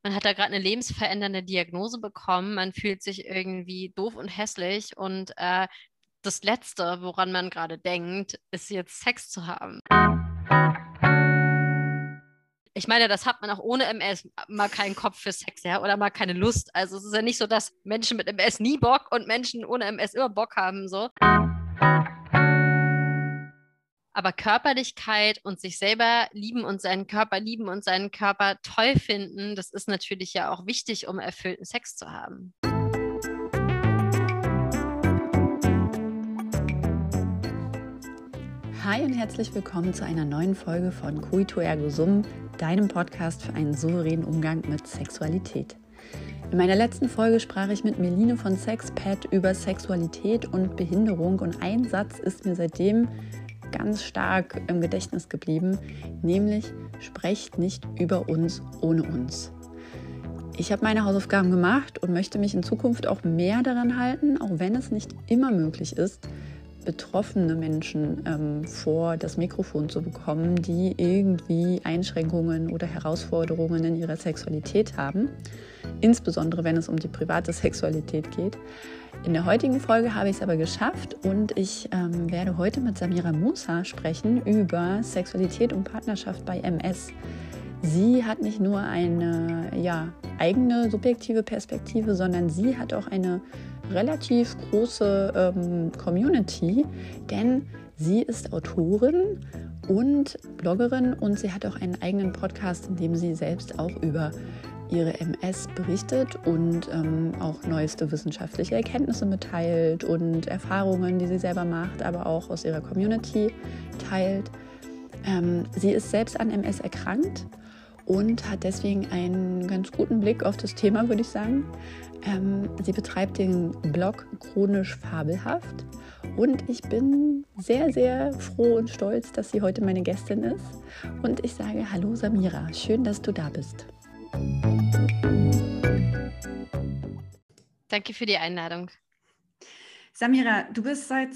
man hat da gerade eine lebensverändernde Diagnose bekommen, man fühlt sich irgendwie doof und hässlich und das Letzte, woran man gerade denkt, ist jetzt Sex zu haben. Ich meine, das hat man auch ohne MS mal keinen Kopf für Sex, ja, oder mal keine Lust. Also es ist ja nicht so, dass Menschen mit MS nie Bock und Menschen ohne MS immer Bock haben, so. Aber Körperlichkeit und sich selber lieben und seinen Körper lieben und seinen Körper toll finden, das ist natürlich ja auch wichtig, um erfüllten Sex zu haben. Hi und herzlich willkommen zu einer neuen Folge von Coito Ergo Sum, deinem Podcast für einen souveränen Umgang mit Sexualität. In meiner letzten Folge sprach ich mit Meline von Sexpad über Sexualität und Behinderung und ein Satz ist mir seitdem ganz stark im Gedächtnis geblieben, nämlich sprecht nicht über uns ohne uns. Ich habe meine Hausaufgaben gemacht und möchte mich in Zukunft auch mehr daran halten, auch wenn es nicht immer möglich ist, betroffene Menschen vor das Mikrofon zu bekommen, die irgendwie Einschränkungen oder Herausforderungen in ihrer Sexualität haben, insbesondere wenn es um die private Sexualität geht. In der heutigen Folge habe ich es aber geschafft und ich werde heute mit Samira Musa sprechen über Sexualität und Partnerschaft bei MS. Sie hat nicht nur eine eigene subjektive Perspektive, sondern sie hat auch eine relativ große Community, denn sie ist Autorin und Bloggerin und sie hat auch einen eigenen Podcast, in dem sie selbst auch über ihre MS berichtet und auch neueste wissenschaftliche Erkenntnisse mitteilt und Erfahrungen, die sie selber macht, aber auch aus ihrer Community teilt. Sie ist selbst an MS erkrankt und hat deswegen einen ganz guten Blick auf das Thema, würde ich sagen. Sie betreibt den Blog Chronisch Fabelhaft und ich bin sehr, sehr froh und stolz, dass sie heute meine Gästin ist. Und ich sage Hallo Samira, schön, dass du da bist. Danke für die Einladung. Samira, du bist seit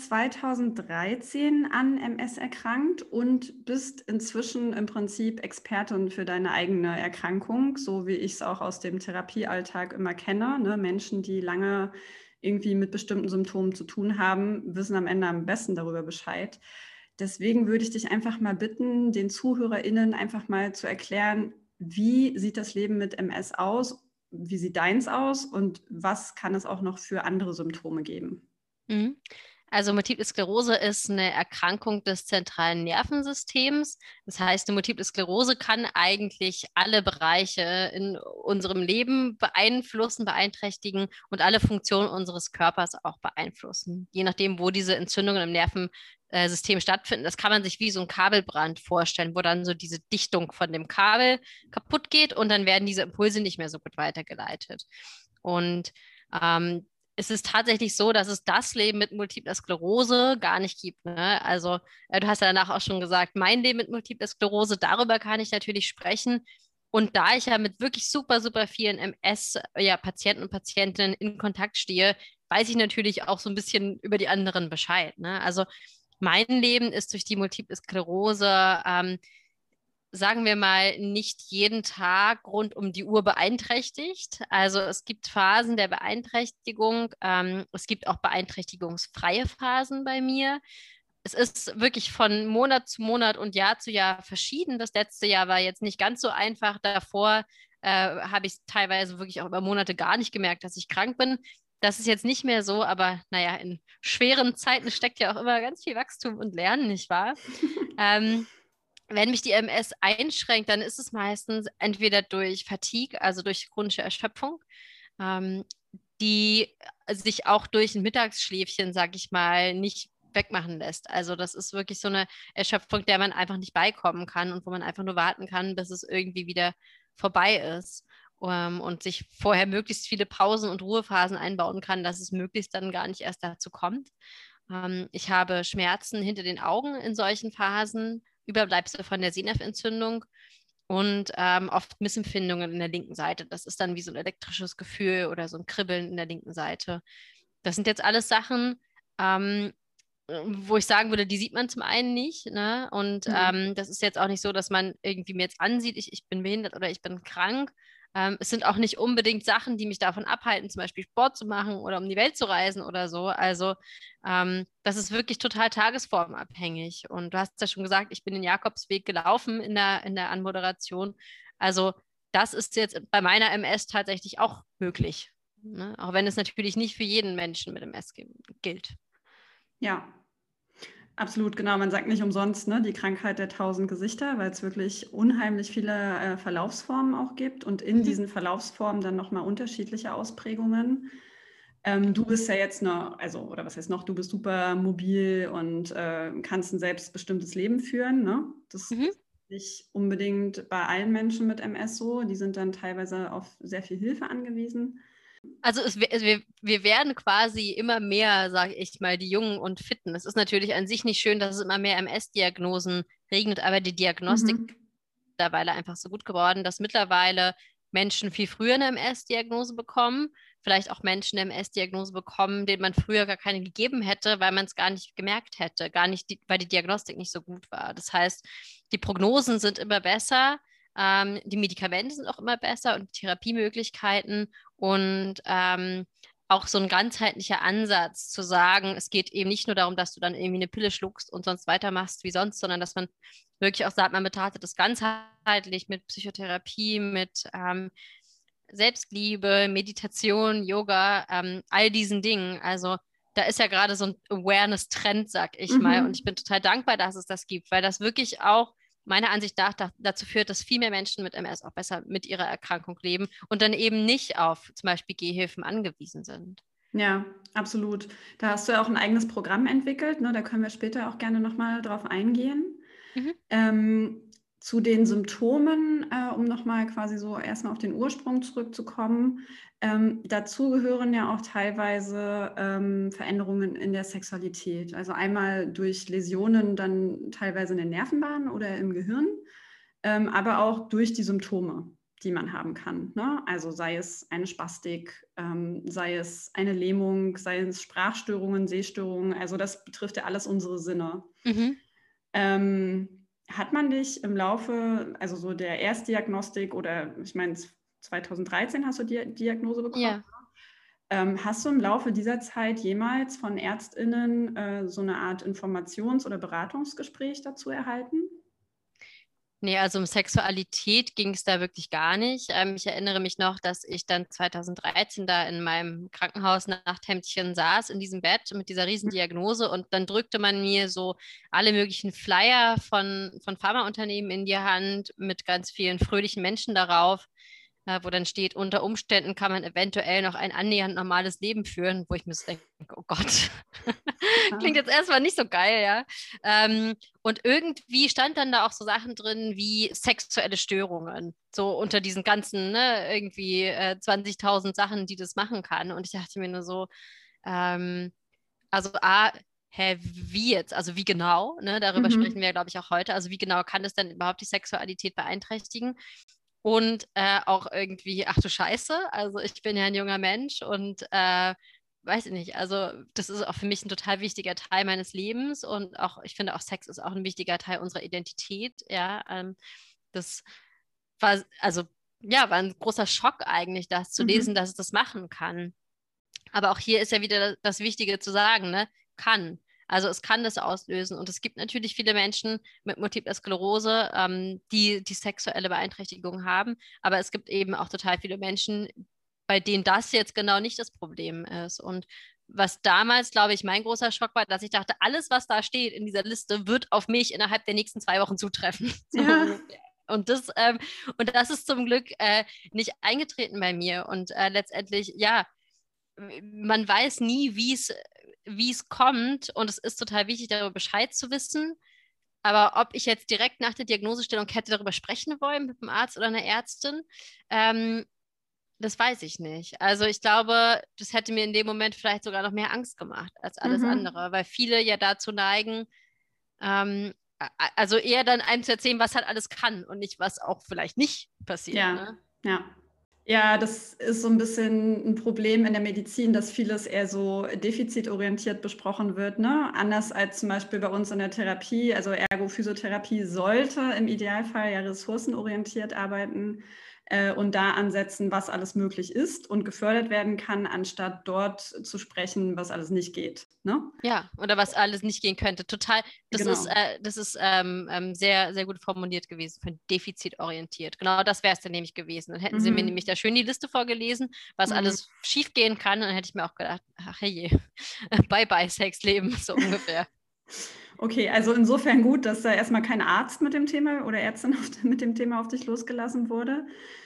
2013 an MS erkrankt und bist inzwischen im Prinzip Expertin für deine eigene Erkrankung, so wie ich es auch aus dem Therapiealltag immer kenne. Ne? Menschen, die lange irgendwie mit bestimmten Symptomen zu tun haben, wissen am Ende am besten darüber Bescheid. Deswegen würde ich dich einfach mal bitten, den ZuhörerInnen einfach mal zu erklären, wie sieht das Leben mit MS aus, wie sieht deins aus und was kann es auch noch für andere Symptome geben? Also Multiple Sklerose ist eine Erkrankung des zentralen Nervensystems. Das heißt, eine Multiple Sklerose kann eigentlich alle Bereiche in unserem Leben beeinflussen, beeinträchtigen und alle Funktionen unseres Körpers auch beeinflussen. Je nachdem, wo diese Entzündungen im Nervensystem stattfinden. Das kann man sich wie so ein Kabelbrand vorstellen, wo dann so diese Dichtung von dem Kabel kaputt geht und dann werden diese Impulse nicht mehr so gut weitergeleitet. Und es ist tatsächlich so, dass es das Leben mit Multipler Sklerose gar nicht gibt. Ne? Also du hast ja danach auch schon gesagt, mein Leben mit Multipler Sklerose, darüber kann ich natürlich sprechen. Und da ich ja mit wirklich super, super vielen MS-Patienten und Patientinnen in Kontakt stehe, weiß ich natürlich auch so ein bisschen über die anderen Bescheid. Ne? Also mein Leben ist durch die Multiple Sklerose sagen wir mal, nicht jeden Tag rund um die Uhr beeinträchtigt. Also es gibt Phasen der Beeinträchtigung. Es gibt auch beeinträchtigungsfreie Phasen bei mir. Es ist wirklich von Monat zu Monat und Jahr zu Jahr verschieden. Das letzte Jahr war jetzt nicht ganz so einfach. Davor habe ich teilweise wirklich auch über Monate gar nicht gemerkt, dass ich krank bin. Das ist jetzt nicht mehr so, aber naja, in schweren Zeiten steckt ja auch immer ganz viel Wachstum und Lernen, nicht wahr? Wenn mich die MS einschränkt, dann ist es meistens entweder durch Fatigue, also durch chronische Erschöpfung, ähm, die sich auch durch ein Mittagsschläfchen, sag ich mal, nicht wegmachen lässt. Also das ist wirklich so eine Erschöpfung, der man einfach nicht beikommen kann und wo man einfach nur warten kann, bis es irgendwie wieder vorbei ist. Und sich vorher möglichst viele Pausen und Ruhephasen einbauen kann, dass es möglichst dann gar nicht erst dazu kommt. Ich habe Schmerzen hinter den Augen in solchen Phasen, Überbleibsel von der Sehnervenentzündung und oft Missempfindungen in der linken Seite. Das ist dann wie so ein elektrisches Gefühl oder so ein Kribbeln in der linken Seite. Das sind jetzt alles Sachen, wo ich sagen würde, die sieht man zum einen nicht. Ne? Und das ist jetzt auch nicht so, dass man irgendwie mir jetzt ansieht, ich bin behindert oder ich bin krank. Es sind auch nicht unbedingt Sachen, die mich davon abhalten, zum Beispiel Sport zu machen oder um die Welt zu reisen oder so. Also das ist wirklich total tagesformabhängig. Und du hast ja schon gesagt, ich bin den Jakobsweg gelaufen in der Anmoderation. Also das ist jetzt bei meiner MS tatsächlich auch möglich. Ne? Auch wenn es natürlich nicht für jeden Menschen mit MS gilt. Ja, absolut, genau. Man sagt nicht umsonst, ne, die Krankheit der 1000 Gesichter, weil es wirklich unheimlich viele Verlaufsformen auch gibt und in diesen Verlaufsformen dann nochmal unterschiedliche Ausprägungen. Du bist ja jetzt noch, also, oder was heißt noch, du bist super mobil und kannst ein selbstbestimmtes Leben führen, ne? Das ist nicht unbedingt bei allen Menschen mit MS so. Die sind dann teilweise auf sehr viel Hilfe angewiesen. Also wir werden quasi immer mehr, sage ich mal, die Jungen und Fitten. Es ist natürlich an sich nicht schön, dass es immer mehr MS-Diagnosen regnet, aber die Diagnostik ist mittlerweile einfach so gut geworden, dass mittlerweile Menschen viel früher eine MS-Diagnose bekommen, vielleicht auch Menschen eine MS-Diagnose bekommen, denen man früher gar keine gegeben hätte, weil man es gar nicht gemerkt hätte, gar nicht, weil die Diagnostik nicht so gut war. Das heißt, die Prognosen sind immer besser, die Medikamente sind auch immer besser und Therapiemöglichkeiten und auch so ein ganzheitlicher Ansatz zu sagen, es geht eben nicht nur darum, dass du dann irgendwie eine Pille schluckst und sonst weitermachst wie sonst, sondern dass man wirklich auch sagt, man betrachtet das ganzheitlich mit Psychotherapie, mit Selbstliebe, Meditation, Yoga, all diesen Dingen. Also da ist ja gerade so ein Awareness-Trend, sag ich mal. Und ich bin total dankbar, dass es das gibt, weil das wirklich auch meiner Ansicht nach dazu führt, dass viel mehr Menschen mit MS auch besser mit ihrer Erkrankung leben und dann eben nicht auf zum Beispiel Gehhilfen angewiesen sind. Ja, absolut. Da hast du ja auch ein eigenes Programm entwickelt, ne? Da können wir später auch gerne nochmal drauf eingehen. Zu den Symptomen, um nochmal quasi so erstmal auf den Ursprung zurückzukommen. Dazu gehören ja auch teilweise Veränderungen in der Sexualität. Also einmal durch Läsionen dann teilweise in den Nervenbahnen oder im Gehirn, aber auch durch die Symptome, die man haben kann. Ne? Also sei es eine Spastik, sei es eine Lähmung, sei es Sprachstörungen, Sehstörungen. Also das betrifft ja alles unsere Sinne. Hat man dich im Laufe, also so der Erstdiagnostik oder ich meine 2013 hast du die Diagnose bekommen? Ja. Hast du im Laufe dieser Zeit jemals von ÄrztInnen so eine Art Informations- oder Beratungsgespräch dazu erhalten? Nee, also um Sexualität ging es da wirklich gar nicht. Ich erinnere mich noch, dass ich dann 2013 da in meinem Krankenhaus-Nachthemdchen saß, in diesem Bett mit dieser Riesendiagnose und dann drückte man mir so alle möglichen Flyer von Pharmaunternehmen in die Hand mit ganz vielen fröhlichen Menschen darauf, wo dann steht, unter Umständen kann man eventuell noch ein annähernd normales Leben führen, wo ich mir so denke, oh Gott, klingt jetzt erstmal nicht so geil, ja. Und irgendwie stand dann da auch so Sachen drin wie sexuelle Störungen, so unter diesen ganzen, ne, irgendwie 20.000 Sachen, die das machen kann. Und ich dachte mir nur so, also wie jetzt? Also wie genau? Ne? Darüber sprechen wir, glaube ich, auch heute. Also wie genau kann das denn überhaupt die Sexualität beeinträchtigen? Und auch irgendwie, ach du Scheiße, also ich bin ja ein junger Mensch und weiß ich nicht, also das ist auch für mich ein total wichtiger Teil meines Lebens und auch, ich finde auch Sex ist auch ein wichtiger Teil unserer Identität, ja. Das war, also ja, war ein großer Schock eigentlich, das zu lesen, dass es das machen kann. Aber auch hier ist ja wieder das Wichtige zu sagen, ne? Kann. Also es kann das auslösen. Und es gibt natürlich viele Menschen mit Multipler Sklerose, die sexuelle Beeinträchtigung haben. Aber es gibt eben auch total viele Menschen, bei denen das jetzt genau nicht das Problem ist. Und was damals, glaube ich, mein großer Schock war, dass ich dachte, alles, was da steht in dieser Liste, wird auf mich innerhalb der nächsten 2 Wochen zutreffen. So. Ja. Und das ist zum Glück nicht eingetreten bei mir. Und letztendlich, ja, man weiß nie, wie es kommt und es ist total wichtig, darüber Bescheid zu wissen. Aber ob ich jetzt direkt nach der Diagnosestellung hätte darüber sprechen wollen mit einem Arzt oder einer Ärztin, das weiß ich nicht. Also ich glaube, das hätte mir in dem Moment vielleicht sogar noch mehr Angst gemacht als alles andere, weil viele ja dazu neigen, also eher dann einem zu erzählen, was halt alles kann und nicht, was auch vielleicht nicht passiert. Ja, ne? ja. Ja, das ist so ein bisschen ein Problem in der Medizin, dass vieles eher so defizitorientiert besprochen wird, ne? Anders als zum Beispiel bei uns in der Therapie. Also Ergophysiotherapie sollte im Idealfall ja ressourcenorientiert arbeiten. und da ansetzen, was alles möglich ist und gefördert werden kann, anstatt dort zu sprechen, was alles nicht geht. Ne? Ja, oder was alles nicht gehen könnte. Total, Genau. das ist sehr, sehr gut formuliert gewesen, von defizitorientiert. Genau das wäre es dann nämlich gewesen. Dann hätten sie mir nämlich da schön die Liste vorgelesen, was alles schief gehen kann. Und dann hätte ich mir auch gedacht, ach je, bye-bye Sexleben, so ungefähr. Okay, also insofern gut, dass da erstmal kein Arzt mit dem Thema oder Ärztin mit dem Thema auf dich losgelassen wurde.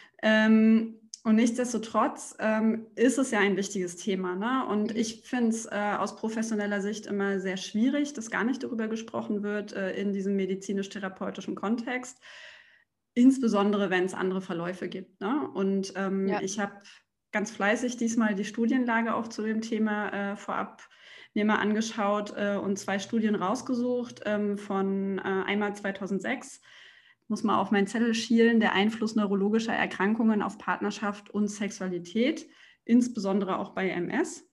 Und nichtsdestotrotz ist es ja ein wichtiges Thema. Ne? Und ich finde es aus professioneller Sicht immer sehr schwierig, dass gar nicht darüber gesprochen wird in diesem medizinisch-therapeutischen Kontext, insbesondere wenn es andere Verläufe gibt. Ne? Und ich habe ganz fleißig diesmal die Studienlage auch zu dem Thema vorab mir mal angeschaut und 2 Studien rausgesucht von einmal 2006, muss man auf meinen Zettel schielen, der Einfluss neurologischer Erkrankungen auf Partnerschaft und Sexualität, insbesondere auch bei MS.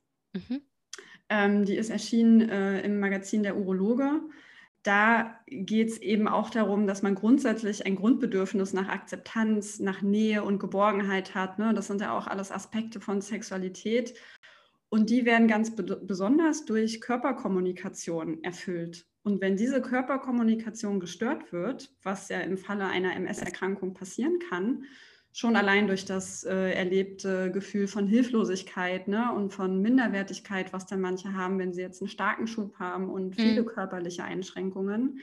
Die ist erschienen im Magazin Der Urologe. Da geht es eben auch darum, dass man grundsätzlich ein Grundbedürfnis nach Akzeptanz, nach Nähe und Geborgenheit hat. Ne? Das sind ja auch alles Aspekte von Sexualität. Und die werden ganz besonders durch Körperkommunikation erfüllt. Und wenn diese Körperkommunikation gestört wird, was ja im Falle einer MS-Erkrankung passieren kann, schon allein durch das erlebte Gefühl von Hilflosigkeit, ne, und von Minderwertigkeit, was dann manche haben, wenn sie jetzt einen starken Schub haben und viele körperliche Einschränkungen,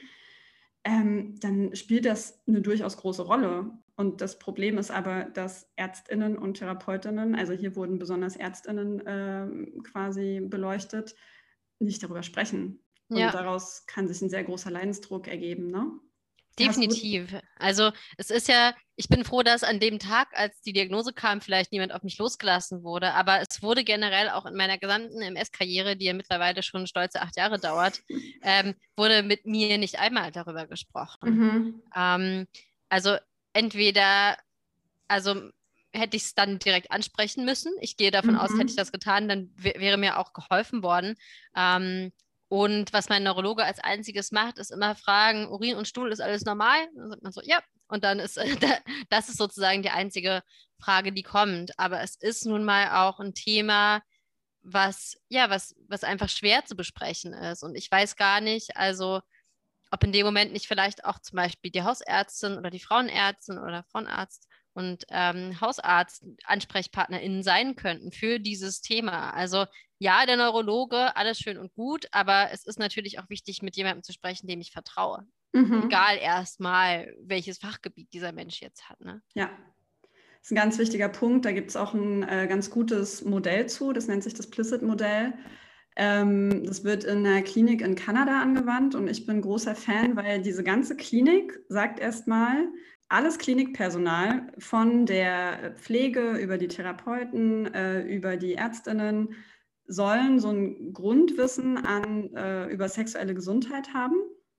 dann spielt das eine durchaus große Rolle. Und das Problem ist aber, dass ÄrztInnen und Therapeutinnen, also hier wurden besonders ÄrztInnen quasi beleuchtet, nicht darüber sprechen. Und daraus kann sich ein sehr großer Leidensdruck ergeben, ne? Definitiv. Also es ist ja, ich bin froh, dass an dem Tag, als die Diagnose kam, vielleicht niemand auf mich losgelassen wurde. Aber es wurde generell auch in meiner gesamten MS-Karriere, die ja mittlerweile schon stolze 8 Jahre dauert, wurde mit mir nicht einmal darüber gesprochen. Also entweder, also hätte ich es dann direkt ansprechen müssen. Ich gehe davon aus, hätte ich das getan, dann wäre mir auch geholfen worden. Und was mein Neurologe als einziges macht, ist immer fragen, Urin und Stuhl, ist alles normal? Dann sagt man so, ja. Und dann ist, das ist sozusagen die einzige Frage, die kommt. Aber es ist nun mal auch ein Thema, was einfach schwer zu besprechen ist. Und ich weiß gar nicht, also ob in dem Moment nicht vielleicht auch zum Beispiel die Hausärztin oder die Frauenärztin oder Frauenarzt und Hausarzt AnsprechpartnerInnen sein könnten für dieses Thema. Also ja, der Neurologe, alles schön und gut, aber es ist natürlich auch wichtig, mit jemandem zu sprechen, dem ich vertraue. Egal erstmal, welches Fachgebiet dieser Mensch jetzt hat. Ne? Ja, das ist ein ganz wichtiger Punkt. Da gibt es auch ein ganz gutes Modell zu, das nennt sich das Plicit-Modell. Das wird in einer Klinik in Kanada angewandt und ich bin großer Fan, weil diese ganze Klinik sagt erstmal, alles Klinikpersonal von der Pflege über die Therapeuten, über die Ärztinnen sollen so ein Grundwissen über sexuelle Gesundheit haben.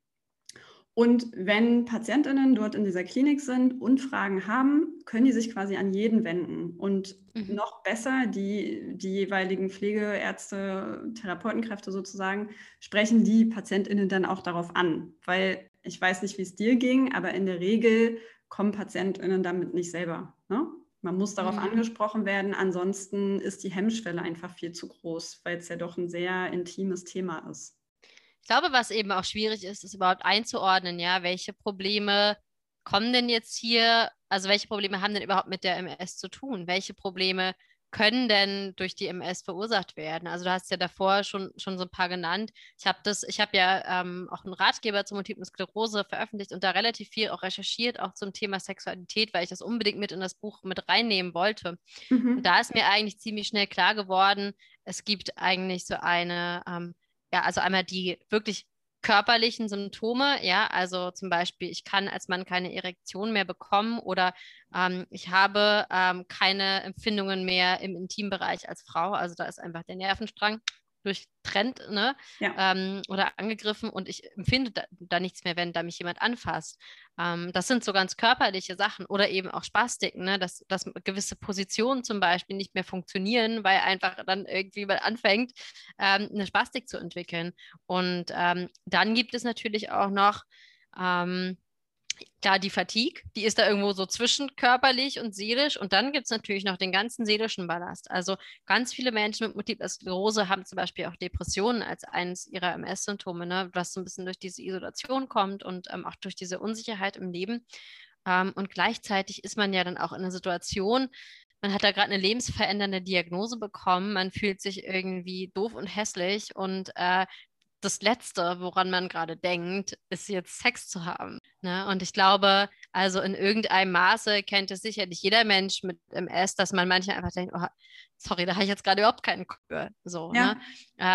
Und wenn PatientInnen dort in dieser Klinik sind und Fragen haben, können die sich quasi an jeden wenden. Und noch besser, die jeweiligen Pflegeärzte, Therapeutenkräfte sozusagen, sprechen die PatientInnen dann auch darauf an. Weil ich weiß nicht, wie es dir ging, aber in der Regel kommen PatientInnen damit nicht selber. Ne? Man muss darauf angesprochen werden, ansonsten ist die Hemmschwelle einfach viel zu groß, weil es ja doch ein sehr intimes Thema ist. Ich glaube, was eben auch schwierig ist, ist überhaupt einzuordnen, ja, welche Probleme kommen denn jetzt hier, also welche Probleme haben denn überhaupt mit der MS zu tun? Welche Probleme können denn durch die MS verursacht werden? Also du hast ja davor schon so ein paar genannt. Ich habe ja auch einen Ratgeber zur Multiplen Sklerose veröffentlicht und da relativ viel auch recherchiert, auch zum Thema Sexualität, weil ich das unbedingt mit in das Buch mit reinnehmen wollte. Und da ist mir eigentlich ziemlich schnell klar geworden, es gibt eigentlich so eine also einmal die wirklich körperlichen Symptome, ja, also zum Beispiel, ich kann als Mann keine Erektion mehr bekommen oder ich habe keine Empfindungen mehr im Intimbereich als Frau, also da ist einfach der Nervenstrang durchtrennt, ne? Oder angegriffen und ich empfinde da nichts mehr, wenn da mich jemand anfasst. Das sind so ganz körperliche Sachen oder eben auch Spastiken, ne? Dass gewisse Positionen zum Beispiel nicht mehr funktionieren, weil einfach dann irgendwie mal anfängt, eine Spastik zu entwickeln. Und dann gibt es natürlich auch noch Klar, die Fatigue, die ist da irgendwo so zwischen körperlich und seelisch. Und dann gibt es natürlich noch den ganzen seelischen Ballast. Also ganz viele Menschen mit Multipler Sklerose haben zum Beispiel auch Depressionen als eines ihrer MS-Symptome, ne? Was so ein bisschen durch diese Isolation kommt und auch durch diese Unsicherheit im Leben. Und gleichzeitig ist man ja dann auch in einer Situation, man hat da gerade eine lebensverändernde Diagnose bekommen, man fühlt sich irgendwie doof und hässlich und das Letzte, woran man gerade denkt, ist jetzt Sex zu haben. Ne? Und ich glaube, also in irgendeinem Maße kennt es sicherlich jeder Mensch mit MS, dass man manchmal einfach denkt, oh, sorry, da habe ich jetzt gerade überhaupt keinen Kopf für. So, ne? Ja,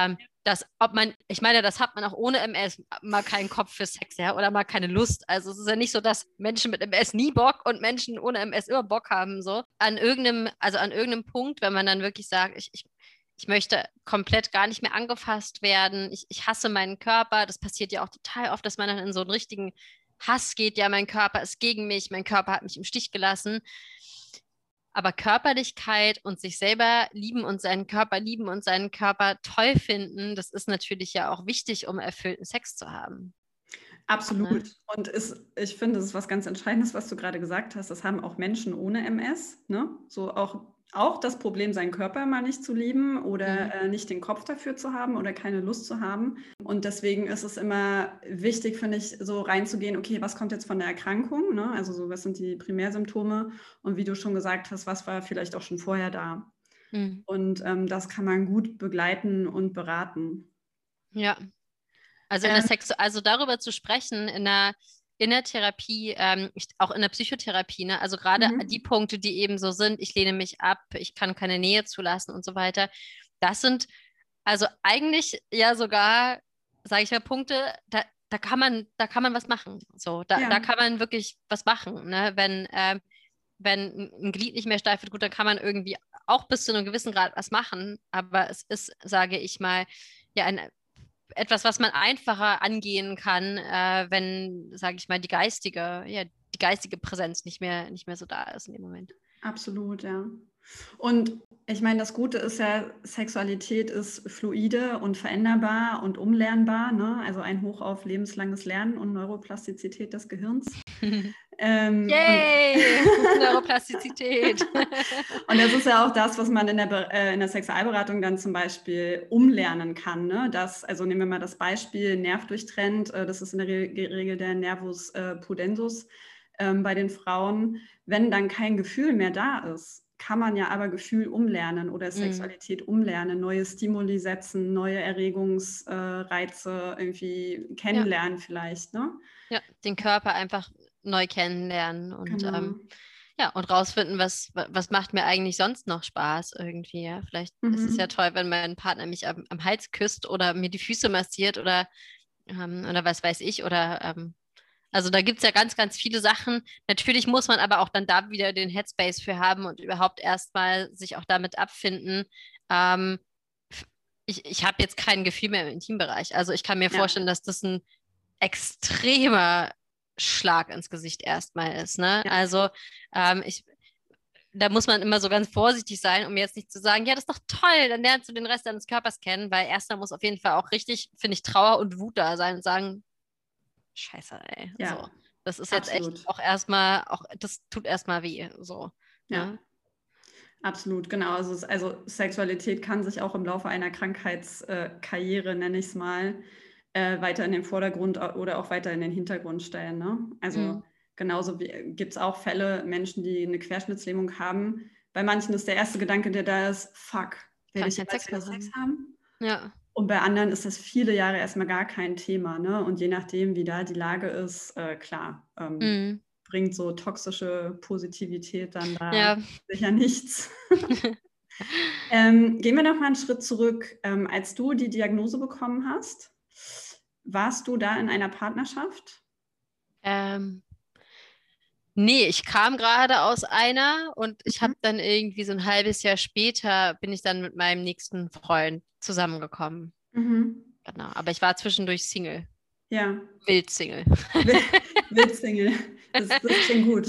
Ich meine, das hat man auch ohne MS mal keinen Kopf für Sex, ja, oder mal keine Lust. Also es ist ja nicht so, dass Menschen mit MS nie Bock und Menschen ohne MS immer Bock haben, so. An irgendeinem Punkt, wenn man dann wirklich sagt, ich möchte komplett gar nicht mehr angefasst werden. Ich hasse meinen Körper. Das passiert ja auch total oft, dass man dann in so einen richtigen Hass geht. Ja, mein Körper ist gegen mich, mein Körper hat mich im Stich gelassen. Aber Körperlichkeit und sich selber lieben und seinen Körper lieben und seinen Körper toll finden, das ist natürlich ja auch wichtig, um erfüllten Sex zu haben. absolut. Ne? Und ich finde, das ist was ganz Entscheidendes, was du gerade gesagt hast. Das haben auch Menschen ohne MS, ne? So auch das Problem, seinen Körper mal nicht zu lieben oder nicht den Kopf dafür zu haben oder keine Lust zu haben. Und deswegen ist es immer wichtig, finde ich, so reinzugehen, okay, was kommt jetzt von der Erkrankung, ne? Also so, was sind die Primärsymptome? Und wie du schon gesagt hast, was war vielleicht auch schon vorher da? Mhm. Und das kann man gut begleiten und beraten. Ja, also also darüber zu sprechen in der Therapie, auch in der Psychotherapie, ne? Also gerade die Mhm. Punkte, die eben so sind, ich lehne mich ab, ich kann keine Nähe zulassen und so weiter, das sind also eigentlich ja sogar, sage ich mal, Punkte, da kann man was machen. So, da Ja. kann man wirklich was machen, ne? Wenn ein Glied nicht mehr steif wird, gut, dann kann man irgendwie auch bis zu einem gewissen Grad was machen, aber es ist, sage ich mal, ja, etwas, was man einfacher angehen kann, wenn, sage ich mal, die geistige Präsenz nicht mehr so da ist in dem Moment. Absolut, ja. Und ich meine, das Gute ist ja, Sexualität ist fluide und veränderbar und umlernbar, ne? Also ein Hoch auf lebenslanges Lernen und Neuroplastizität des Gehirns. Und Yay! Neuroplastizität. und das ist ja auch das, was man in der Sexualberatung dann zum Beispiel umlernen kann. Ne? Also nehmen wir mal das Beispiel Nervdurchtrennt, das ist in der Regel der Nervus pudendus bei den Frauen. Wenn dann kein Gefühl mehr da ist, kann man ja aber Gefühl umlernen oder Sexualität umlernen, neue Stimuli setzen, neue Erregungsreize irgendwie Ja, kennenlernen vielleicht. Ne? ja, den Körper einfach neu kennenlernen und Genau. ja, und rausfinden, was macht mir eigentlich sonst noch Spaß irgendwie, ja. Vielleicht ist es ja Mhm. toll, wenn mein Partner mich am Hals küsst oder mir die Füße massiert oder was weiß ich, also da gibt es ja ganz, ganz viele Sachen. Natürlich muss man aber auch dann da wieder den Headspace für haben und überhaupt erstmal sich auch damit abfinden. Ähm, ich habe jetzt kein Gefühl mehr im Intimbereich. Also ich kann mir Ja, vorstellen, dass das ein extremer Schlag ins Gesicht erstmal ist, ne? ja. Also ähm, ich, da muss man immer so ganz vorsichtig sein, um jetzt nicht zu sagen, ja, das ist doch toll, dann lernst du den Rest deines Körpers kennen, weil erstmal muss auf jeden Fall auch richtig, finde ich, Trauer und Wut da sein und sagen, Scheiße, ey. So. Ja, Das ist jetzt echt absolut. auch erstmal, auch, das tut erstmal weh. So. Ja, Ne? absolut, genau. Also Sexualität kann sich auch im Laufe einer Krankheitskarriere, nenne ich es mal, weiter in den Vordergrund oder auch weiter in den Hintergrund stellen. Ne? Mhm. Also genauso gibt es auch Fälle, Menschen, die eine Querschnittslähmung haben. Bei manchen ist der erste Gedanke, der da ist, fuck, werde Kann ich keinen jemals Sex wieder mehr Sex haben. haben? Ja. Und bei anderen ist das viele Jahre erstmal gar kein Thema. Ne? Und je nachdem, wie da die Lage ist, klar, Mhm. bringt so toxische Positivität dann da Ja. sicher nichts. Gehen wir noch mal einen Schritt zurück. Als du die Diagnose bekommen hast, warst du da in einer Partnerschaft? Ähm, nee, ich kam gerade aus einer und ich Mhm. habe dann irgendwie so ein halbes Jahr später bin ich dann mit meinem nächsten Freund zusammengekommen. Mhm. Genau. Aber ich war zwischendurch Single. Ja, Wild Single. Wildsingle. Das klingt gut.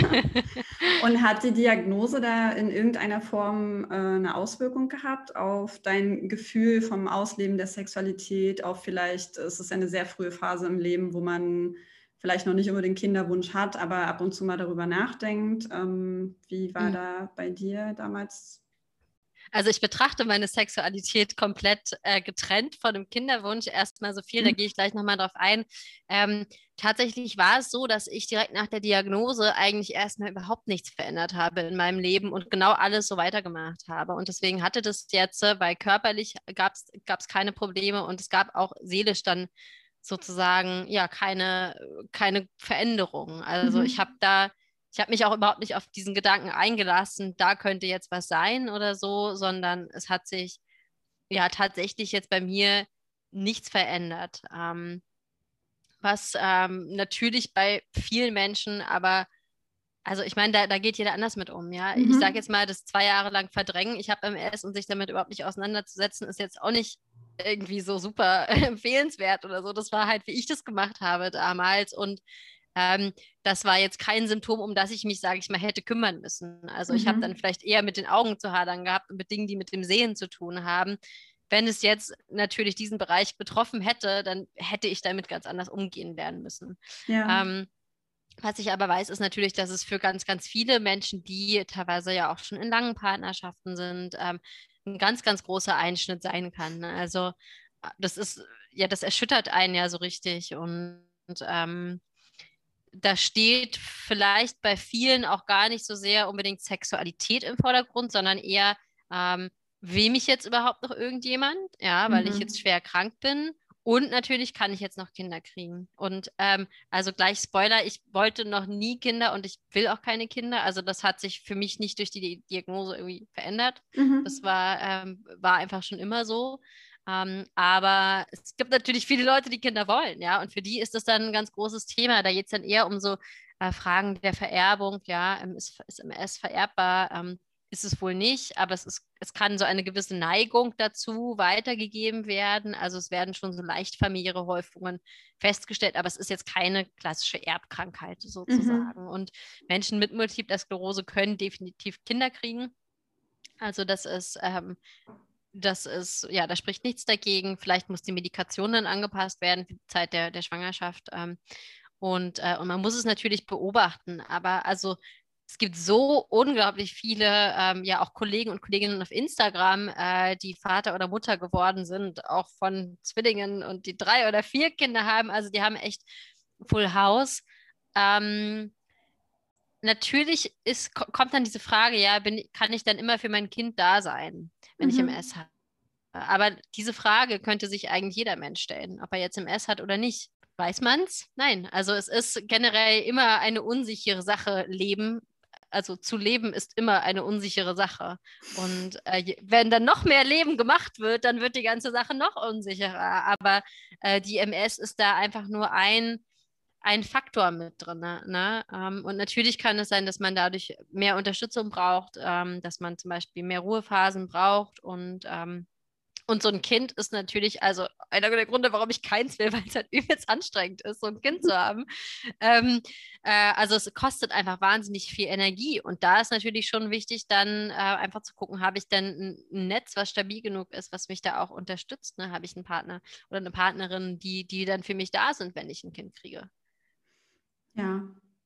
Und hat die Diagnose da in irgendeiner Form eine Auswirkung gehabt auf dein Gefühl vom Ausleben der Sexualität? Auch vielleicht ist es eine sehr frühe Phase im Leben, wo man vielleicht noch nicht unbedingt Kinderwunsch hat, aber ab und zu mal darüber nachdenkt. Wie war da bei dir damals? Also ich betrachte meine Sexualität komplett getrennt von dem Kinderwunsch. Erstmal so viel, da gehe ich gleich nochmal drauf ein. Tatsächlich war es so, dass ich direkt nach der Diagnose eigentlich erstmal überhaupt nichts verändert habe in meinem Leben und genau alles so weitergemacht habe. Und deswegen hatte das jetzt, weil körperlich gab es keine Probleme und es gab auch seelisch dann sozusagen ja keine Veränderung. Also ich habe mich auch überhaupt nicht auf diesen Gedanken eingelassen, da könnte jetzt was sein oder so, sondern es hat sich ja tatsächlich jetzt bei mir nichts verändert. Was natürlich bei vielen Menschen, aber also ich meine, da geht jeder anders mit um, ja. Ich sage jetzt mal, das 2 Jahre lang verdrängen, ich habe MS und sich damit überhaupt nicht auseinanderzusetzen, ist jetzt auch nicht irgendwie so super empfehlenswert oder so. Das war halt, wie ich das gemacht habe damals und das war jetzt kein Symptom, um das ich mich, sage ich mal, hätte kümmern müssen. Also ich habe dann vielleicht eher mit den Augen zu hadern gehabt und mit Dingen, die mit dem Sehen zu tun haben. Wenn es jetzt natürlich diesen Bereich betroffen hätte, dann hätte ich damit ganz anders umgehen lernen müssen. Ja. Was ich aber weiß, ist natürlich, dass es für ganz, ganz viele Menschen, die teilweise ja auch schon in langen Partnerschaften sind, ein ganz, ganz großer Einschnitt sein kann. Ne? Also das ist, ja, das erschüttert einen ja so richtig und da steht vielleicht bei vielen auch gar nicht so sehr unbedingt Sexualität im Vordergrund, sondern eher, will mich jetzt überhaupt noch irgendjemand? Ja, weil ich jetzt schwer krank bin. Und natürlich kann ich jetzt noch Kinder kriegen. Und also gleich Spoiler, ich wollte noch nie Kinder und ich will auch keine Kinder. Also das hat sich für mich nicht durch die Diagnose irgendwie verändert. Das war einfach schon immer so. Aber es gibt natürlich viele Leute, die Kinder wollen, ja, und für die ist das dann ein ganz großes Thema. Da geht es dann eher um so Fragen der Vererbung, ja, ist MS vererbbar? Ist es wohl nicht, aber es kann so eine gewisse Neigung dazu weitergegeben werden. Also es werden schon so leicht familiäre Häufungen festgestellt, aber es ist jetzt keine klassische Erbkrankheit sozusagen. Und Menschen mit Multipler Sklerose können definitiv Kinder kriegen. Also ja, da spricht nichts dagegen. Vielleicht muss die Medikation dann angepasst werden für die Zeit der Schwangerschaft. Und man muss es natürlich beobachten. Aber also es gibt so unglaublich viele, ja auch Kollegen und Kolleginnen auf Instagram, die Vater oder Mutter geworden sind, auch von Zwillingen und die 3 oder 4 Kinder haben. Also die haben echt Full House. Natürlich kommt dann diese Frage, ja, kann ich dann immer für mein Kind da sein, wenn ich MS habe? Aber diese Frage könnte sich eigentlich jeder Mensch stellen, ob er jetzt MS hat oder nicht. Weiß man's? Nein. Also es ist generell immer eine unsichere Sache, Leben. Also zu leben ist immer eine unsichere Sache. Und wenn dann noch mehr Leben gemacht wird, dann wird die ganze Sache noch unsicherer. Aber die MS ist da einfach nur ein Faktor mit drin. Ne? Und natürlich kann es sein, dass man dadurch mehr Unterstützung braucht, dass man zum Beispiel mehr Ruhephasen braucht und so ein Kind ist natürlich, also einer der Gründe, warum ich keins will, weil es halt übelst anstrengend ist, so ein Kind zu haben. Also es kostet einfach wahnsinnig viel Energie. Und da ist natürlich schon wichtig, dann einfach zu gucken, habe ich denn ein Netz, was stabil genug ist, was mich da auch unterstützt? Ne? Habe ich einen Partner oder eine Partnerin, die dann für mich da sind, wenn ich ein Kind kriege? Ja,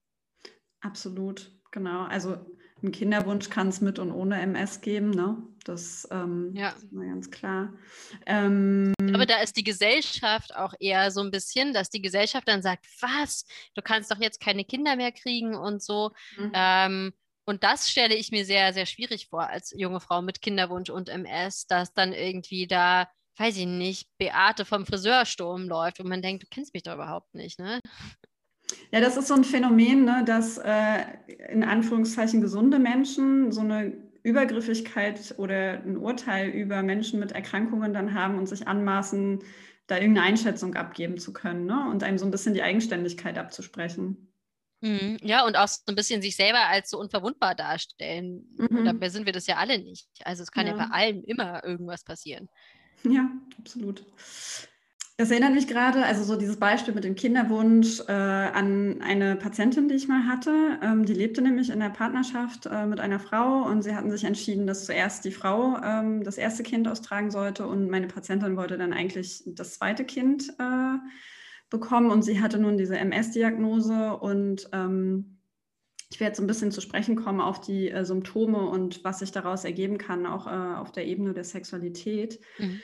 absolut, genau. Also einen Kinderwunsch kann es mit und ohne MS geben, ne? Das Ja. ist mal ganz klar. Ich glaube, da ist die Gesellschaft auch eher so ein bisschen, dass die Gesellschaft dann sagt, was, du kannst doch jetzt keine Kinder mehr kriegen und so. Und das stelle ich mir sehr, sehr schwierig vor als junge Frau mit Kinderwunsch und MS, dass dann irgendwie da, weiß ich nicht, Beate vom Friseursturm läuft und man denkt, du kennst mich doch überhaupt nicht, ne? Ja, das ist so ein Phänomen, ne, dass in Anführungszeichen gesunde Menschen so eine Übergriffigkeit oder ein Urteil über Menschen mit Erkrankungen dann haben und sich anmaßen, da irgendeine Einschätzung abgeben zu können, ne, und einem so ein bisschen die Eigenständigkeit abzusprechen. Ja, und auch so ein bisschen sich selber als so unverwundbar darstellen. Dabei sind wir das ja alle nicht. Also es kann ja bei allem immer irgendwas passieren. Ja, absolut. Das erinnert mich gerade, also so dieses Beispiel mit dem Kinderwunsch an eine Patientin, die ich mal hatte. Die lebte nämlich in der Partnerschaft mit einer Frau und sie hatten sich entschieden, dass zuerst die Frau das erste Kind austragen sollte und meine Patientin wollte dann eigentlich das zweite Kind bekommen und sie hatte nun diese MS-Diagnose und ich werde jetzt so ein bisschen zu sprechen kommen auf die Symptome und was sich daraus ergeben kann, auch auf der Ebene der Sexualität.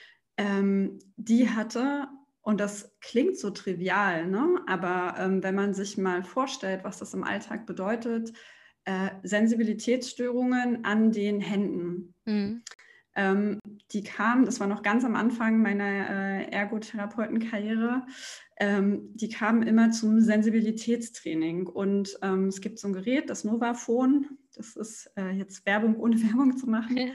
Die hatte, und das klingt so trivial, ne? Aber wenn man sich mal vorstellt, was das im Alltag bedeutet, Sensibilitätsstörungen an den Händen. Die kamen, das war noch ganz am Anfang meiner Ergotherapeutenkarriere, die kamen immer zum Sensibilitätstraining. Und es gibt so ein Gerät, das Novaphone. Das ist jetzt Werbung, ohne Werbung zu machen.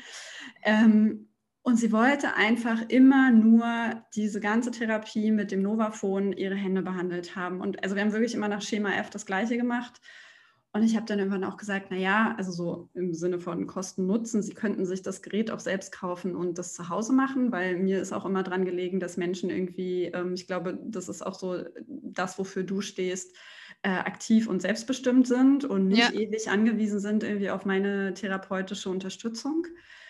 Und sie wollte einfach immer nur diese ganze Therapie mit dem Novaphone ihre Hände behandelt haben. Und also wir haben wirklich immer nach Schema F das Gleiche gemacht. Und ich habe dann irgendwann auch gesagt, naja, also so im Sinne von Kosten-Nutzen, sie könnten sich das Gerät auch selbst kaufen und das zu Hause machen, weil mir ist auch immer dran gelegen, dass Menschen irgendwie, ich glaube, das ist auch so das, wofür du stehst, aktiv und selbstbestimmt sind und nicht ewig angewiesen sind irgendwie auf meine therapeutische Unterstützung.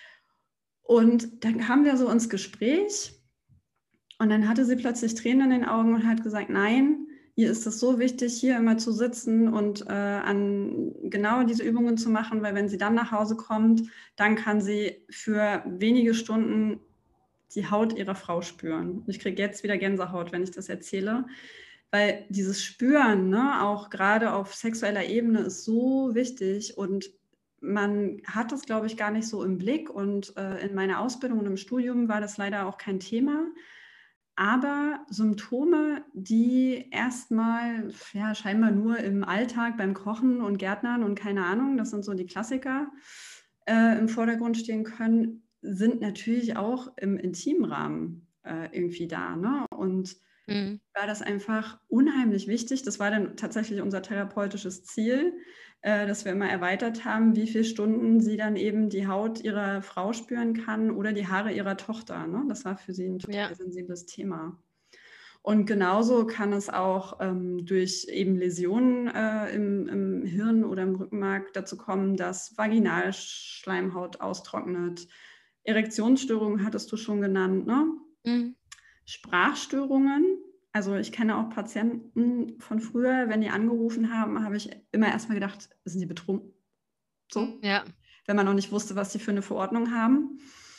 Und dann kamen wir so ins Gespräch und dann hatte sie plötzlich Tränen in den Augen und hat gesagt, nein, ihr ist es so wichtig, hier immer zu sitzen und an genau diese Übungen zu machen, weil wenn sie dann nach Hause kommt, dann kann sie für wenige Stunden die Haut ihrer Frau spüren. Ich kriege jetzt wieder Gänsehaut, wenn ich das erzähle, weil dieses Spüren, ne, auch gerade auf sexueller Ebene, ist so wichtig und man hat das, glaube ich, gar nicht so im Blick und in meiner Ausbildung und im Studium war das leider auch kein Thema. Aber Symptome, die erstmal ja, scheinbar nur im Alltag beim Kochen und Gärtnern und keine Ahnung, das sind so die Klassiker, im Vordergrund stehen können, sind natürlich auch im intimen Rahmen irgendwie da. Ne? Und war das einfach unheimlich wichtig. Das war dann tatsächlich unser therapeutisches Ziel, dass wir immer erweitert haben, wie viele Stunden sie dann eben die Haut ihrer Frau spüren kann oder die Haare ihrer Tochter. Ne? Das war für sie ein total sensibles Thema. Und genauso kann es auch durch eben Läsionen im Hirn oder im Rückenmark dazu kommen, dass Vaginalschleimhaut austrocknet. Erektionsstörungen hattest du schon genannt, ne? Sprachstörungen. Also ich kenne auch Patienten von früher, wenn die angerufen haben, habe ich immer erstmal gedacht, sind die betrunken? So. Ja. Wenn man noch nicht wusste, was die für eine Verordnung haben.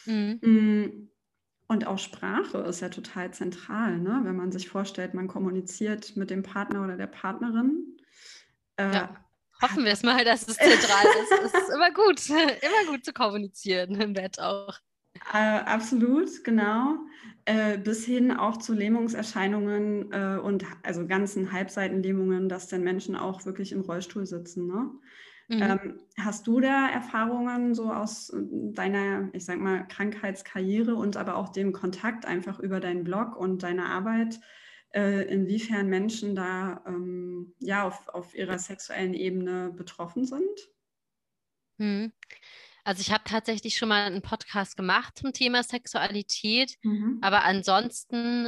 Und auch Sprache ist ja total zentral, ne? Wenn man sich vorstellt, man kommuniziert mit dem Partner oder der Partnerin. Hoffen wir es mal, dass es zentral ist. Es ist immer gut zu kommunizieren im Bett auch. Absolut, genau. Bis hin auch zu Lähmungserscheinungen und also ganzen Halbseitenlähmungen, dass dann Menschen auch wirklich im Rollstuhl sitzen. Ne? Hast du da Erfahrungen so aus deiner, ich sag mal, Krankheitskarriere und aber auch dem Kontakt einfach über deinen Blog und deine Arbeit, inwiefern Menschen da auf ihrer sexuellen Ebene betroffen sind? Also ich habe tatsächlich schon mal einen Podcast gemacht zum Thema Sexualität, aber ansonsten,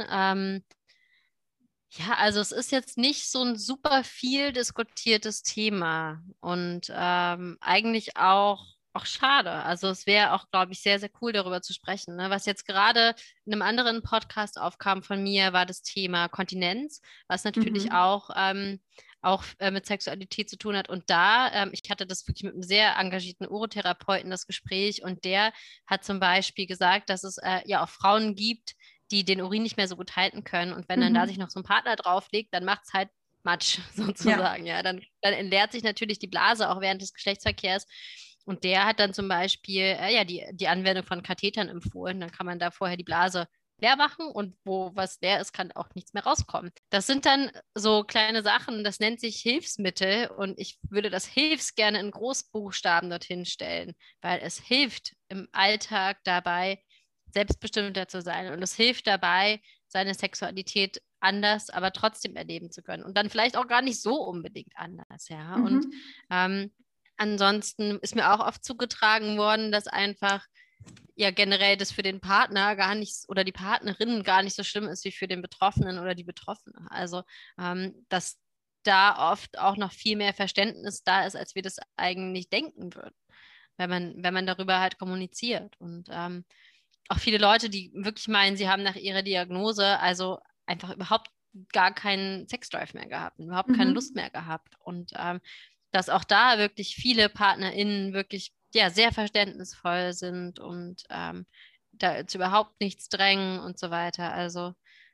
also es ist jetzt nicht so ein super viel diskutiertes Thema und eigentlich auch schade. Also es wäre auch, glaube ich, sehr, sehr cool, darüber zu sprechen. Ne? Was jetzt gerade in einem anderen Podcast aufkam von mir, war das Thema Kontinenz, was natürlich auch mit Sexualität zu tun hat. Und da, ich hatte das wirklich mit einem sehr engagierten Urotherapeuten das Gespräch und der hat zum Beispiel gesagt, dass es auch Frauen gibt, die den Urin nicht mehr so gut halten können. Und wenn dann da sich noch so ein Partner drauflegt, dann macht es halt Matsch sozusagen. Ja, dann entleert sich natürlich die Blase auch während des Geschlechtsverkehrs. Und der hat dann zum Beispiel die Anwendung von Kathetern empfohlen. Dann kann man da vorher die Blase leer machen und wo was leer ist, kann auch nichts mehr rauskommen. Das sind dann so kleine Sachen, das nennt sich Hilfsmittel und ich würde das Hilfs gerne in Großbuchstaben dorthin stellen, weil es hilft im Alltag dabei, selbstbestimmter zu sein und es hilft dabei, seine Sexualität anders, aber trotzdem erleben zu können und dann vielleicht auch gar nicht so unbedingt anders, ja. Und ansonsten ist mir auch oft zugetragen worden, dass einfach generell das für den Partner gar nicht oder die Partnerin gar nicht so schlimm ist wie für den Betroffenen oder die Betroffene. Also, dass da oft auch noch viel mehr Verständnis da ist, als wir das eigentlich denken würden, wenn man darüber halt kommuniziert. Und auch viele Leute, die wirklich meinen, sie haben nach ihrer Diagnose also einfach überhaupt gar keinen Sexdrive mehr gehabt, überhaupt keine Lust mehr gehabt. Und dass auch da wirklich viele PartnerInnen wirklich sehr verständnisvoll sind und da jetzt überhaupt nichts drängen und so weiter. Also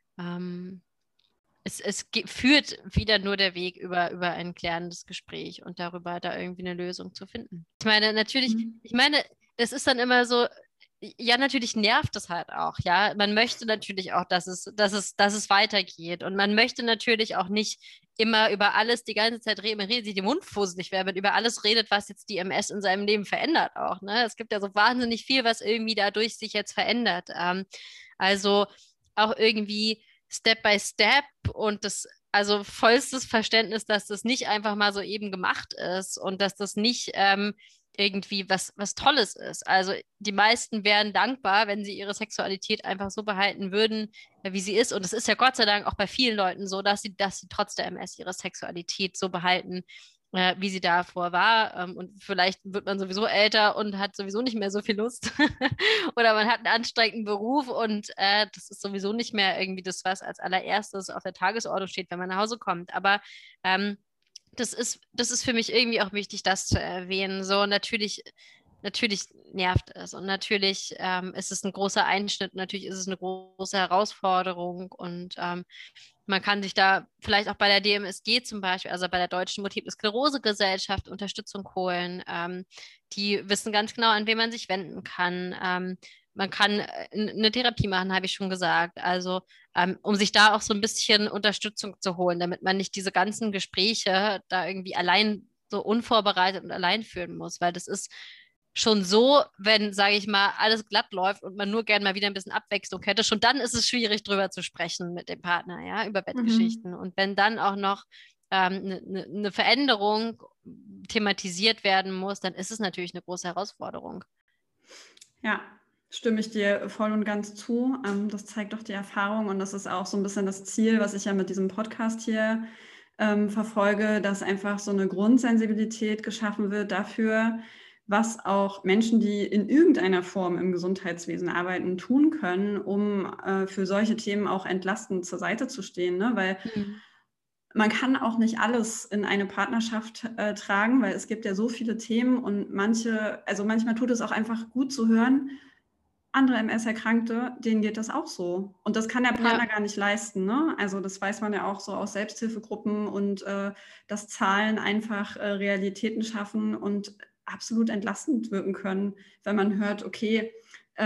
es führt wieder nur der Weg über ein klärendes Gespräch und darüber, da irgendwie eine Lösung zu finden. Ich meine, natürlich, das ist dann immer so, ja, natürlich nervt es halt auch, ja. Man möchte natürlich auch, dass es weitergeht. Und man möchte natürlich auch nicht immer über alles die ganze Zeit reden, man redet sich den Mund fusselig, wer über alles redet, was jetzt die MS in seinem Leben verändert auch, ne? Es gibt ja so wahnsinnig viel, was irgendwie dadurch sich jetzt verändert. Also auch irgendwie Step by Step und also vollstes Verständnis, dass das nicht einfach mal so eben gemacht ist und dass das nicht irgendwie was Tolles ist. Also die meisten wären dankbar, wenn sie ihre Sexualität einfach so behalten würden, wie sie ist. Und es ist ja Gott sei Dank auch bei vielen Leuten so, dass sie trotz der MS ihre Sexualität so behalten, wie sie davor war. Und vielleicht wird man sowieso älter und hat sowieso nicht mehr so viel Lust. Oder man hat einen anstrengenden Beruf und das ist sowieso nicht mehr irgendwie das, was als allererstes auf der Tagesordnung steht, wenn man nach Hause kommt. Aber das ist für mich irgendwie auch wichtig, das zu erwähnen. So, natürlich nervt es und natürlich ist es ein großer Einschnitt, natürlich ist es eine große Herausforderung und man kann sich da vielleicht auch bei der DMSG zum Beispiel, also bei der Deutschen Multiple Sklerose Gesellschaft, Unterstützung holen. Die wissen ganz genau, an wen man sich wenden kann. Man kann eine Therapie machen, habe ich schon gesagt. Also um sich da auch so ein bisschen Unterstützung zu holen, damit man nicht diese ganzen Gespräche da irgendwie allein so unvorbereitet und allein führen muss, weil das ist schon so, wenn, sage ich mal, alles glatt läuft und man nur gerne mal wieder ein bisschen Abwechslung hätte, schon dann ist es schwierig, drüber zu sprechen mit dem Partner, ja, über Bettgeschichten. Und wenn dann auch noch eine Veränderung thematisiert werden muss, dann ist es natürlich eine große Herausforderung. Ja, stimme ich dir voll und ganz zu. Das zeigt doch die Erfahrung und das ist auch so ein bisschen das Ziel, was ich ja mit diesem Podcast hier verfolge, dass einfach so eine Grundsensibilität geschaffen wird dafür, was auch Menschen, die in irgendeiner Form im Gesundheitswesen arbeiten, tun können, um für solche Themen auch entlastend zur Seite zu stehen. Ne? Weil man kann auch nicht alles in eine Partnerschaft tragen, weil es gibt ja so viele Themen und manchmal tut es auch einfach gut zu hören, andere MS-Erkrankte, denen geht das auch so. Und das kann der Partner gar nicht leisten. Ne? Also das weiß man ja auch so aus Selbsthilfegruppen und dass Zahlen einfach Realitäten schaffen und absolut entlastend wirken können, wenn man hört, okay,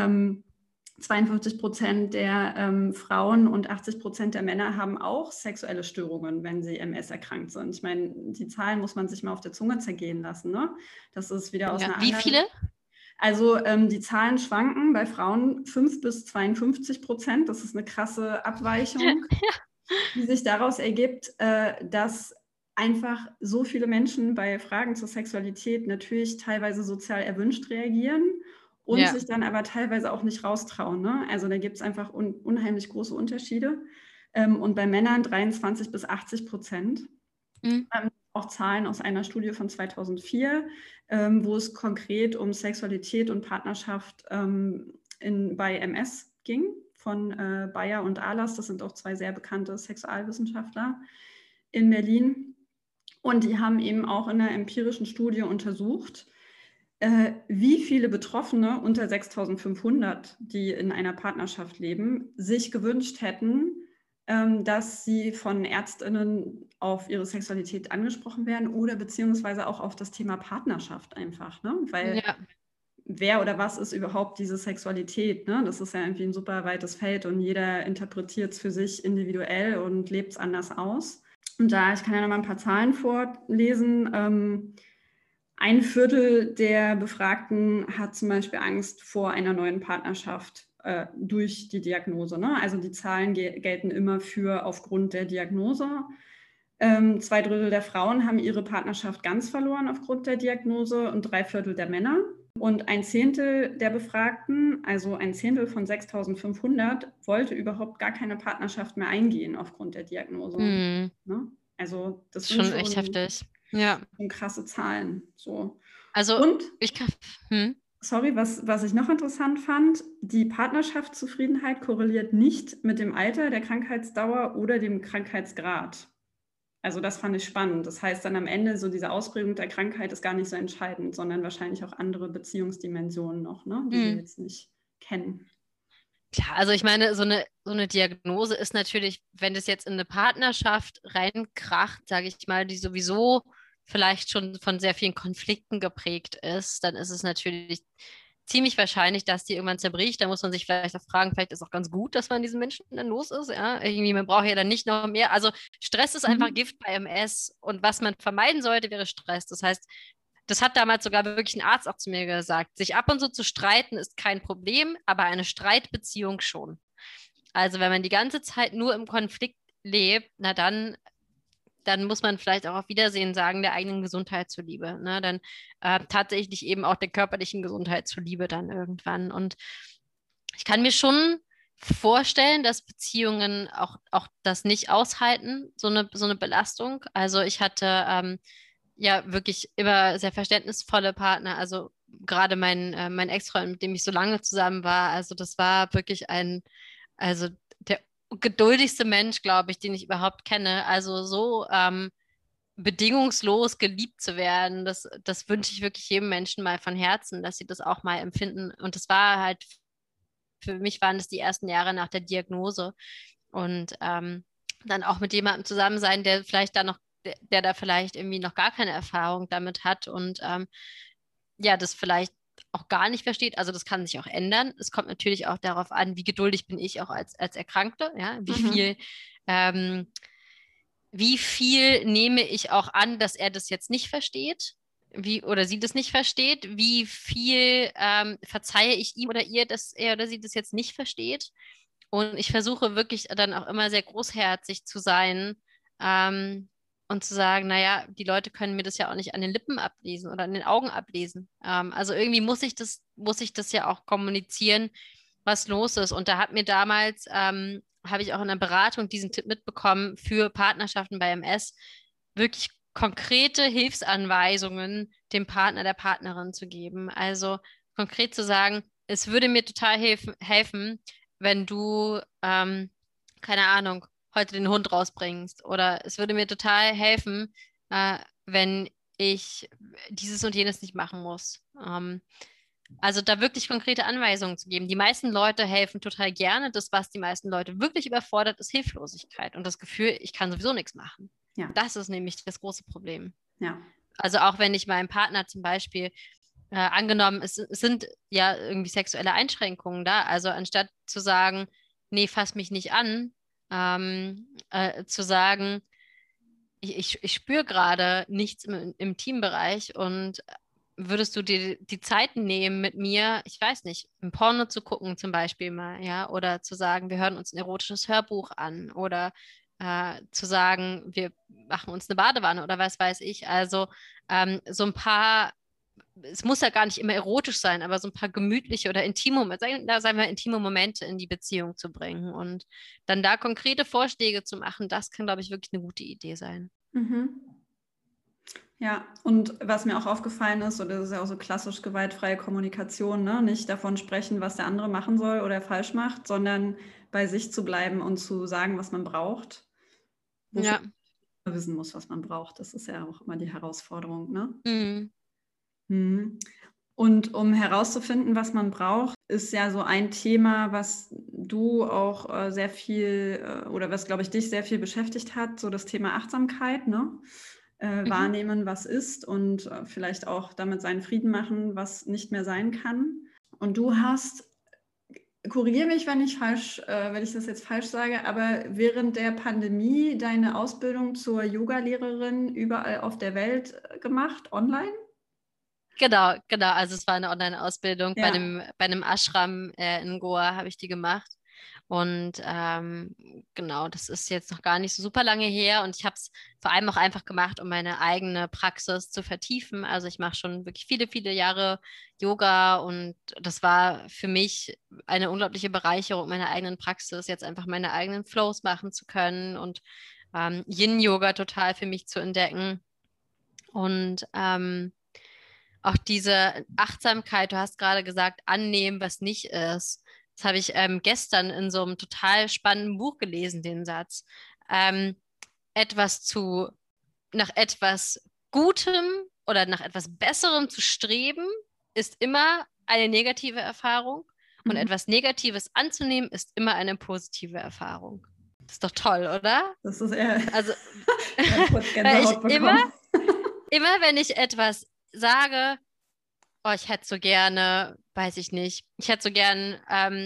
52% der Frauen und 80% der Männer haben auch sexuelle Störungen, wenn sie MS erkrankt sind. Ich meine, die Zahlen muss man sich mal auf der Zunge zergehen lassen. Ne? Das ist wieder aus einer Wie anderen... viele? Also die Zahlen schwanken bei Frauen 5 bis 52%. Das ist eine krasse Abweichung, die sich daraus ergibt, dass einfach so viele Menschen bei Fragen zur Sexualität natürlich teilweise sozial erwünscht reagieren und sich dann aber teilweise auch nicht raustrauen. Ne? Also da gibt es einfach unheimlich große Unterschiede. Und bei Männern 23 bis 80%. Auch Zahlen aus einer Studie von 2004, wo es konkret um Sexualität und Partnerschaft bei MS ging, von Bayer und Ahlers. Das sind auch zwei sehr bekannte Sexualwissenschaftler in Berlin. Und die haben eben auch in einer empirischen Studie untersucht, wie viele Betroffene unter 6.500, die in einer Partnerschaft leben, sich gewünscht hätten, dass sie von ÄrztInnen auf ihre Sexualität angesprochen werden oder beziehungsweise auch auf das Thema Partnerschaft einfach. Ne? Weil wer oder was ist überhaupt diese Sexualität? Ne? Das ist ja irgendwie ein super weites Feld und jeder interpretiert es für sich individuell und lebt es anders aus. Und ich kann ja noch mal ein paar Zahlen vorlesen. 1/4 der Befragten hat zum Beispiel Angst vor einer neuen Partnerschaft durch die Diagnose. Ne? Also die Zahlen gelten immer aufgrund der Diagnose. 2/3 der Frauen haben ihre Partnerschaft ganz verloren aufgrund der Diagnose und 3/4 der Männer. Und 1/10 der Befragten, also 1/10 von 6.500, wollte überhaupt gar keine Partnerschaft mehr eingehen aufgrund der Diagnose. Ne? Also das sind schon echt heftig. Ja. Krasse Zahlen. So. Also und ich kann. sorry, was ich noch interessant fand, die Partnerschaftszufriedenheit korreliert nicht mit dem Alter, der Krankheitsdauer oder dem Krankheitsgrad. Also das fand ich spannend. Das heißt dann am Ende, so diese Ausprägung der Krankheit ist gar nicht so entscheidend, sondern wahrscheinlich auch andere Beziehungsdimensionen noch, ne, die wir jetzt nicht kennen. Klar, also ich meine, so eine Diagnose ist natürlich, wenn das jetzt in eine Partnerschaft reinkracht, sage ich mal, die sowieso vielleicht schon von sehr vielen Konflikten geprägt ist, dann ist es natürlich ziemlich wahrscheinlich, dass die irgendwann zerbricht. Da muss man sich vielleicht auch fragen, vielleicht ist es auch ganz gut, dass man diesen Menschen dann los ist. Ja? Irgendwie, man braucht ja dann nicht noch mehr. Also Stress ist einfach Gift bei MS und was man vermeiden sollte, wäre Stress. Das heißt, das hat damals sogar wirklich ein Arzt auch zu mir gesagt. Sich ab und zu zu streiten ist kein Problem, aber eine Streitbeziehung schon. Also wenn man die ganze Zeit nur im Konflikt lebt, na dann muss man vielleicht auch auf Wiedersehen sagen, der eigenen Gesundheit zuliebe. Ne? Dann tatsächlich eben auch der körperlichen Gesundheit zuliebe dann irgendwann. Und ich kann mir schon vorstellen, dass Beziehungen auch das nicht aushalten, so eine Belastung. Also ich hatte ja wirklich immer sehr verständnisvolle Partner. Also gerade mein Ex-Freund, mit dem ich so lange zusammen war, also das war wirklich also der geduldigste Mensch, glaube ich, den ich überhaupt kenne. Also so bedingungslos geliebt zu werden, das wünsche ich wirklich jedem Menschen mal von Herzen, dass sie das auch mal empfinden. Und das war halt, für mich waren es die ersten Jahre nach der Diagnose. Und dann auch mit jemandem zusammen sein, der vielleicht da noch, der da vielleicht irgendwie noch gar keine Erfahrung damit hat und ja, das vielleicht auch gar nicht versteht. Also das kann sich auch ändern. Es kommt natürlich auch darauf an, wie geduldig bin ich auch als Erkrankte, ja, ähm, wie viel nehme ich auch an, dass er das jetzt nicht versteht, oder sie das nicht versteht, wie viel verzeihe ich ihm oder ihr, dass er oder sie das jetzt nicht versteht. Und ich versuche wirklich dann auch immer sehr großherzig zu sein, und zu sagen, naja, die Leute können mir das ja auch nicht an den Lippen ablesen oder an den Augen ablesen. Also irgendwie muss ich das ja auch kommunizieren, was los ist. Und da habe ich auch in der Beratung diesen Tipp mitbekommen für Partnerschaften bei MS, wirklich konkrete Hilfsanweisungen dem Partner, der Partnerin zu geben. Also konkret zu sagen, es würde mir total helfen, wenn du, keine Ahnung, heute den Hund rausbringst. Oder es würde mir total helfen, wenn ich dieses und jenes nicht machen muss. Also da wirklich konkrete Anweisungen zu geben. Die meisten Leute helfen total gerne. Das, was die meisten Leute wirklich überfordert, ist Hilflosigkeit und das Gefühl, ich kann sowieso nichts machen. Ja. Das ist nämlich das große Problem. Ja. Also auch wenn ich meinem Partner zum Beispiel angenommen, es sind ja irgendwie sexuelle Einschränkungen da. Also anstatt zu sagen, nee, fass mich nicht an, zu sagen, ich spüre gerade nichts im Intimbereich und würdest du dir die Zeit nehmen, mit mir, ich weiß nicht, ein Porno zu gucken zum Beispiel mal, ja, oder zu sagen, wir hören uns ein erotisches Hörbuch an oder zu sagen, wir machen uns eine Badewanne oder was weiß ich. Also so ein paar, es muss ja gar nicht immer erotisch sein, aber so ein paar gemütliche oder sagen wir, intime Momente in die Beziehung zu bringen und dann da konkrete Vorschläge zu machen, das kann, glaube ich, wirklich eine gute Idee sein. Mhm. Ja, und was mir auch aufgefallen ist, und das ist ja auch so klassisch gewaltfreie Kommunikation, ne? Nicht davon sprechen, was der andere machen soll oder falsch macht, sondern bei sich zu bleiben und zu sagen, was man braucht, wofür Ja. man wissen muss, was man braucht. Das ist ja auch immer die Herausforderung, ne? Mhm. Mhm. Und um herauszufinden, was man braucht, ist ja so ein Thema, was du auch sehr viel oder was, glaube ich, dich sehr viel beschäftigt hat, so das Thema Achtsamkeit, ne? Wahrnehmen, was ist und vielleicht auch damit seinen Frieden machen, was nicht mehr sein kann. Und du hast, korrigiere mich, wenn ich das jetzt falsch sage, aber während der Pandemie deine Ausbildung zur Yoga-Lehrerin überall auf der Welt gemacht, online? Genau, genau. Also es war eine Online-Ausbildung. Bei Ja. einem Ashram in Goa habe ich die gemacht. Und genau, das ist jetzt noch gar nicht so super lange her. Und ich habe es vor allem auch einfach gemacht, um meine eigene Praxis zu vertiefen. Also ich mache schon wirklich viele, viele Jahre Yoga und das war für mich eine unglaubliche Bereicherung meiner eigenen Praxis, jetzt einfach meine eigenen Flows machen zu können und Yin-Yoga total für mich zu entdecken. Und auch diese Achtsamkeit, du hast gerade gesagt, annehmen, was nicht ist. Das habe ich gestern in so einem total spannenden Buch gelesen, den Satz. Ähm, etwas zu, nach etwas Gutem oder nach etwas Besserem zu streben, ist immer eine negative Erfahrung. Und Mhm. etwas Negatives anzunehmen, ist immer eine positive Erfahrung. Das ist doch toll, oder? Das ist eher Also, kurz weil ich Gänsehaut bekommen. immer wenn ich etwas sage, oh, ich hätte so gerne, weiß ich nicht, ich hätte so gern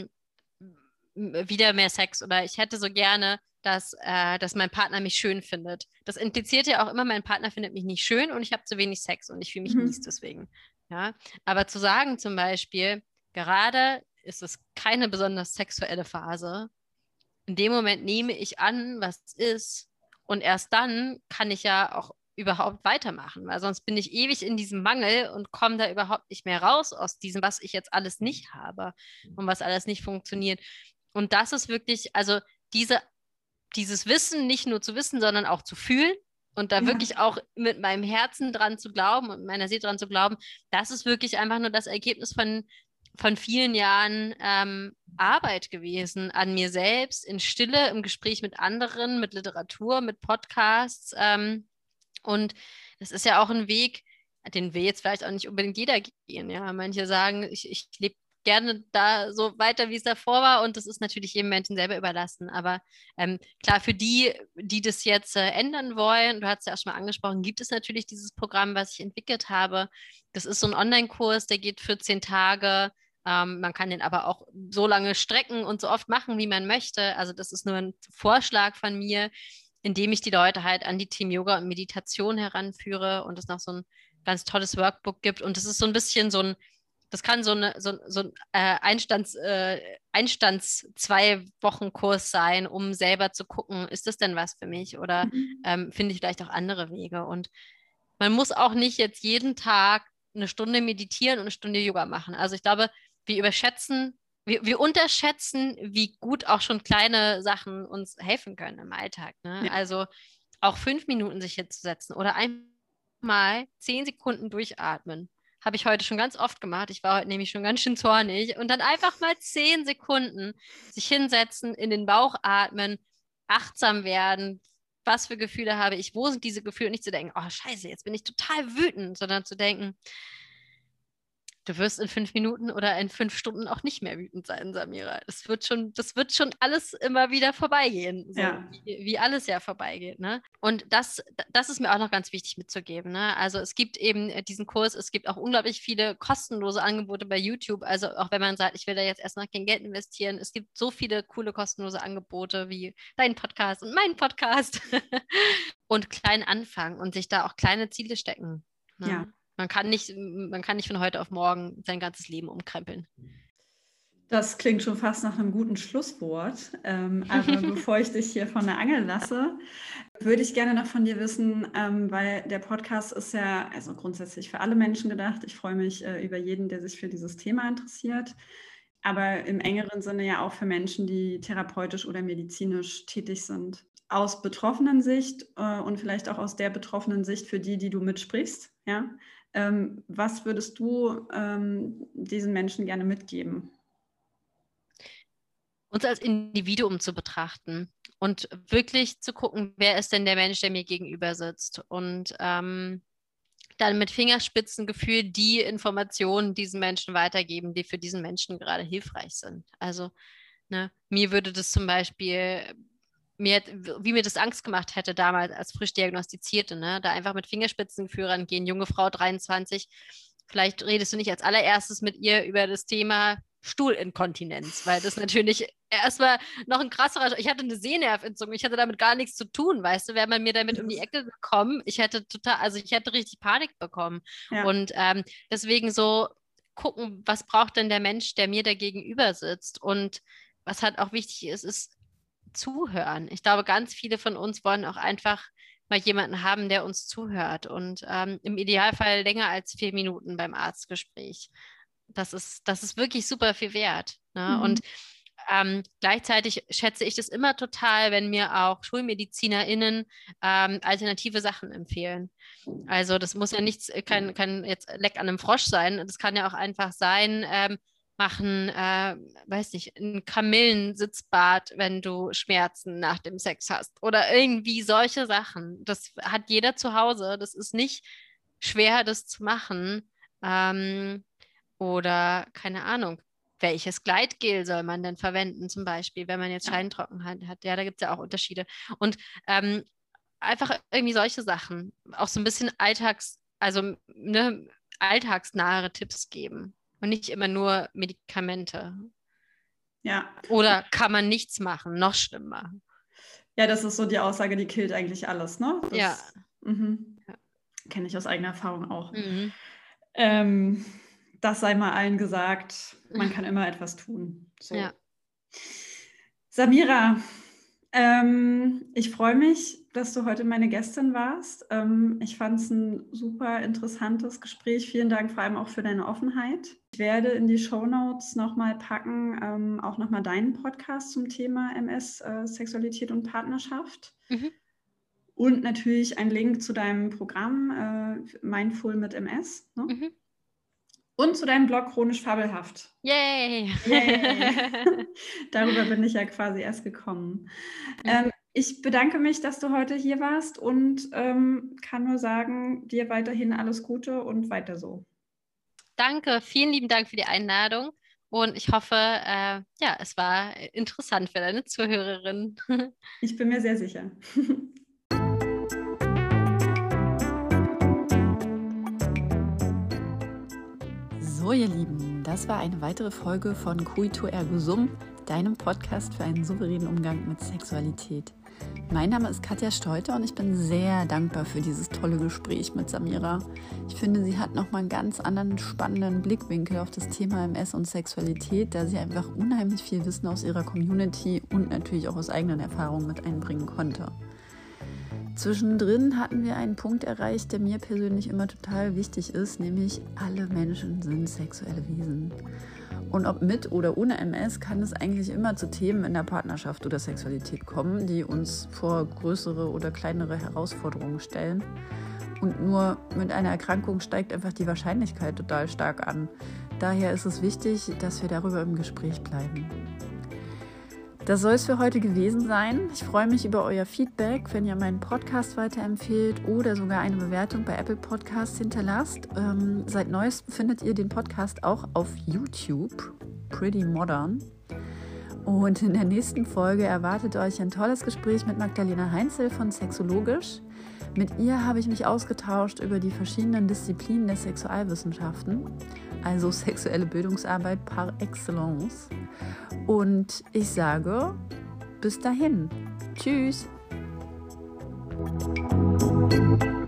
wieder mehr Sex oder ich hätte so gerne, dass mein Partner mich schön findet. Das impliziert ja auch immer, mein Partner findet mich nicht schön und ich habe zu wenig Sex und ich fühle mich mies Mhm. deswegen. Ja, aber zu sagen zum Beispiel, gerade ist es keine besonders sexuelle Phase. In dem Moment nehme ich an, was es ist und erst dann kann ich ja auch überhaupt weitermachen, weil sonst bin ich ewig in diesem Mangel und komme da überhaupt nicht mehr raus aus diesem, was ich jetzt alles nicht habe und was alles nicht funktioniert. Und das ist wirklich, also diese, dieses Wissen nicht nur zu wissen, sondern auch zu fühlen und da Ja, wirklich auch mit meinem Herzen dran zu glauben und meiner Seele dran zu glauben, das ist wirklich einfach nur das Ergebnis von vielen Jahren Arbeit gewesen an mir selbst, in Stille, im Gespräch mit anderen, mit Literatur, mit Podcasts. Und das ist ja auch ein Weg, den will jetzt vielleicht auch nicht unbedingt jeder gehen. Ja, manche sagen, ich lebe gerne da so weiter, wie es davor war. Und das ist natürlich jedem Menschen selber überlassen. Aber klar, für die, die das jetzt ändern wollen, du hast ja auch schon mal angesprochen, gibt es natürlich dieses Programm, was ich entwickelt habe. Das ist so ein Online-Kurs, der geht 14 Tage. Man kann den aber auch so lange strecken und so oft machen, wie man möchte. Also das ist nur ein Vorschlag von mir, indem ich die Leute halt an die Team Yoga und Meditation heranführe und es noch so ein ganz tolles Workbook gibt. Und das ist so ein bisschen so ein, das kann so ein Einstands 2 Wochen Kurs sein, um selber zu gucken, ist das denn was für mich oder mhm. finde ich vielleicht auch andere Wege. Und man muss auch nicht jetzt jeden Tag eine Stunde meditieren und eine Stunde Yoga machen. Also ich glaube, wir unterschätzen, wie gut auch schon kleine Sachen uns helfen können im Alltag. Ne? Ja. Also auch 5 Minuten sich hinzusetzen oder einmal 10 Sekunden durchatmen. Habe ich heute schon ganz oft gemacht. Ich war heute nämlich schon ganz schön zornig. Und dann einfach mal 10 Sekunden sich hinsetzen, in den Bauch atmen, achtsam werden. Was für Gefühle habe ich? Wo sind diese Gefühle? Und nicht zu denken, oh Scheiße, jetzt bin ich total wütend, sondern zu denken, du wirst in 5 Minuten oder in 5 Stunden auch nicht mehr wütend sein, Samira. Das wird schon alles immer wieder vorbeigehen, so Ja. wie alles ja vorbeigeht, ne? Und das ist mir auch noch ganz wichtig mitzugeben, ne? Also es gibt eben diesen Kurs, es gibt auch unglaublich viele kostenlose Angebote bei YouTube. Also auch wenn man sagt, ich will da jetzt erstmal kein Geld investieren, es gibt so viele coole kostenlose Angebote wie dein Podcast und mein Podcast und klein anfangen und sich da auch kleine Ziele stecken, Ja. ne? Man kann nicht von heute auf morgen sein ganzes Leben umkrempeln. Das klingt schon fast nach einem guten Schlusswort. Aber bevor ich dich hier von der Angel lasse, würde ich gerne noch von dir wissen, weil der Podcast ist ja also grundsätzlich für alle Menschen gedacht. Ich freue mich über jeden, der sich für dieses Thema interessiert, aber im engeren Sinne ja auch für Menschen, die therapeutisch oder medizinisch tätig sind. Aus betroffenen Sicht und vielleicht auch aus der betroffenen Sicht für die, die du mitsprichst, ja. Was würdest du diesen Menschen gerne mitgeben? Uns als Individuum zu betrachten und wirklich zu gucken, wer ist denn der Mensch, der mir gegenüber sitzt und dann mit Fingerspitzengefühl die Informationen diesen Menschen weitergeben, die für diesen Menschen gerade hilfreich sind. Also ne, mir würde das zum Beispiel, wie mir das Angst gemacht hätte damals als frisch Diagnostizierte, ne, da einfach mit Fingerspitzengefühl rangehen, junge Frau 23, vielleicht redest du nicht als allererstes mit ihr über das Thema Stuhlinkontinenz, weil das natürlich erstmal noch ein krasserer, ich hatte eine Sehnerventzündung, ich hatte damit gar nichts zu tun, weißt du, wäre man mir damit um die Ecke gekommen, ich hätte richtig Panik bekommen. Ja. Und deswegen so gucken, was braucht denn der Mensch, der mir da gegenüber sitzt? Und was halt auch wichtig ist, ist zuhören. Ich glaube, ganz viele von uns wollen auch einfach mal jemanden haben, der uns zuhört. Und im Idealfall länger als 4 Minuten beim Arztgespräch. Das ist wirklich super viel wert. Ne? Und Mhm. Gleichzeitig schätze ich das immer total, wenn mir auch SchulmedizinerInnen alternative Sachen empfehlen. Also das muss ja nichts, kann jetzt Leck an einem Frosch sein. Das kann ja auch einfach sein, machen, weiß nicht, ein Kamillensitzbad, wenn du Schmerzen nach dem Sex hast. Oder irgendwie solche Sachen. Das hat jeder zu Hause. Das ist nicht schwer, das zu machen. Oder keine Ahnung. Welches Gleitgel soll man denn verwenden, zum Beispiel, wenn man jetzt Scheintrockenheit hat? Ja, da gibt es ja auch Unterschiede. Und einfach irgendwie solche Sachen. Auch so ein bisschen alltagsnahere Tipps geben. Und nicht immer nur Medikamente. Ja. Oder kann man nichts machen, noch schlimmer. Ja, das ist so die Aussage, die killt eigentlich alles, ne? Ja. Kenne ich aus eigener Erfahrung auch. Mhm. Das sei mal allen gesagt, man kann immer etwas tun. So. Ja. Samira, ich freue mich, dass du heute meine Gästin warst. Ich fand es ein super interessantes Gespräch. Vielen Dank vor allem auch für deine Offenheit. Ich werde in die Shownotes nochmal packen, auch nochmal deinen Podcast zum Thema MS, Sexualität und Partnerschaft. Mhm. Und natürlich ein Link zu deinem Programm Mindful mit MS. Ne? Mhm. Und zu deinem Blog Chronisch Fabelhaft. Yay! Darüber bin ich ja quasi erst gekommen. Ich bedanke mich, dass du heute hier warst und kann nur sagen, dir weiterhin alles Gute und weiter so. Danke, vielen lieben Dank für die Einladung und ich hoffe, es war interessant für deine Zuhörerin. Ich bin mir sehr sicher. So, ihr Lieben, das war eine weitere Folge von Coito Ergo Sum, deinem Podcast für einen souveränen Umgang mit Sexualität. Mein Name ist Katja Steuter und ich bin sehr dankbar für dieses tolle Gespräch mit Samira. Ich finde, sie hat nochmal einen ganz anderen spannenden Blickwinkel auf das Thema MS und Sexualität, da sie einfach unheimlich viel Wissen aus ihrer Community und natürlich auch aus eigenen Erfahrungen mit einbringen konnte. Zwischendrin hatten wir einen Punkt erreicht, der mir persönlich immer total wichtig ist, nämlich alle Menschen sind sexuelle Wesen. Und ob mit oder ohne MS kann es eigentlich immer zu Themen in der Partnerschaft oder Sexualität kommen, die uns vor größere oder kleinere Herausforderungen stellen. Und nur mit einer Erkrankung steigt einfach die Wahrscheinlichkeit total stark an. Daher ist es wichtig, dass wir darüber im Gespräch bleiben. Das soll es für heute gewesen sein. Ich freue mich über euer Feedback, wenn ihr meinen Podcast weiterempfehlt oder sogar eine Bewertung bei Apple Podcasts hinterlasst. Seit Neuestem findet ihr den Podcast auch auf YouTube, Pretty Modern. Und in der nächsten Folge erwartet euch ein tolles Gespräch mit Magdalena Heinzel von Sexologisch. Mit ihr habe ich mich ausgetauscht über die verschiedenen Disziplinen der Sexualwissenschaften, also sexuelle Bildungsarbeit par excellence. Und ich sage, bis dahin. Tschüss.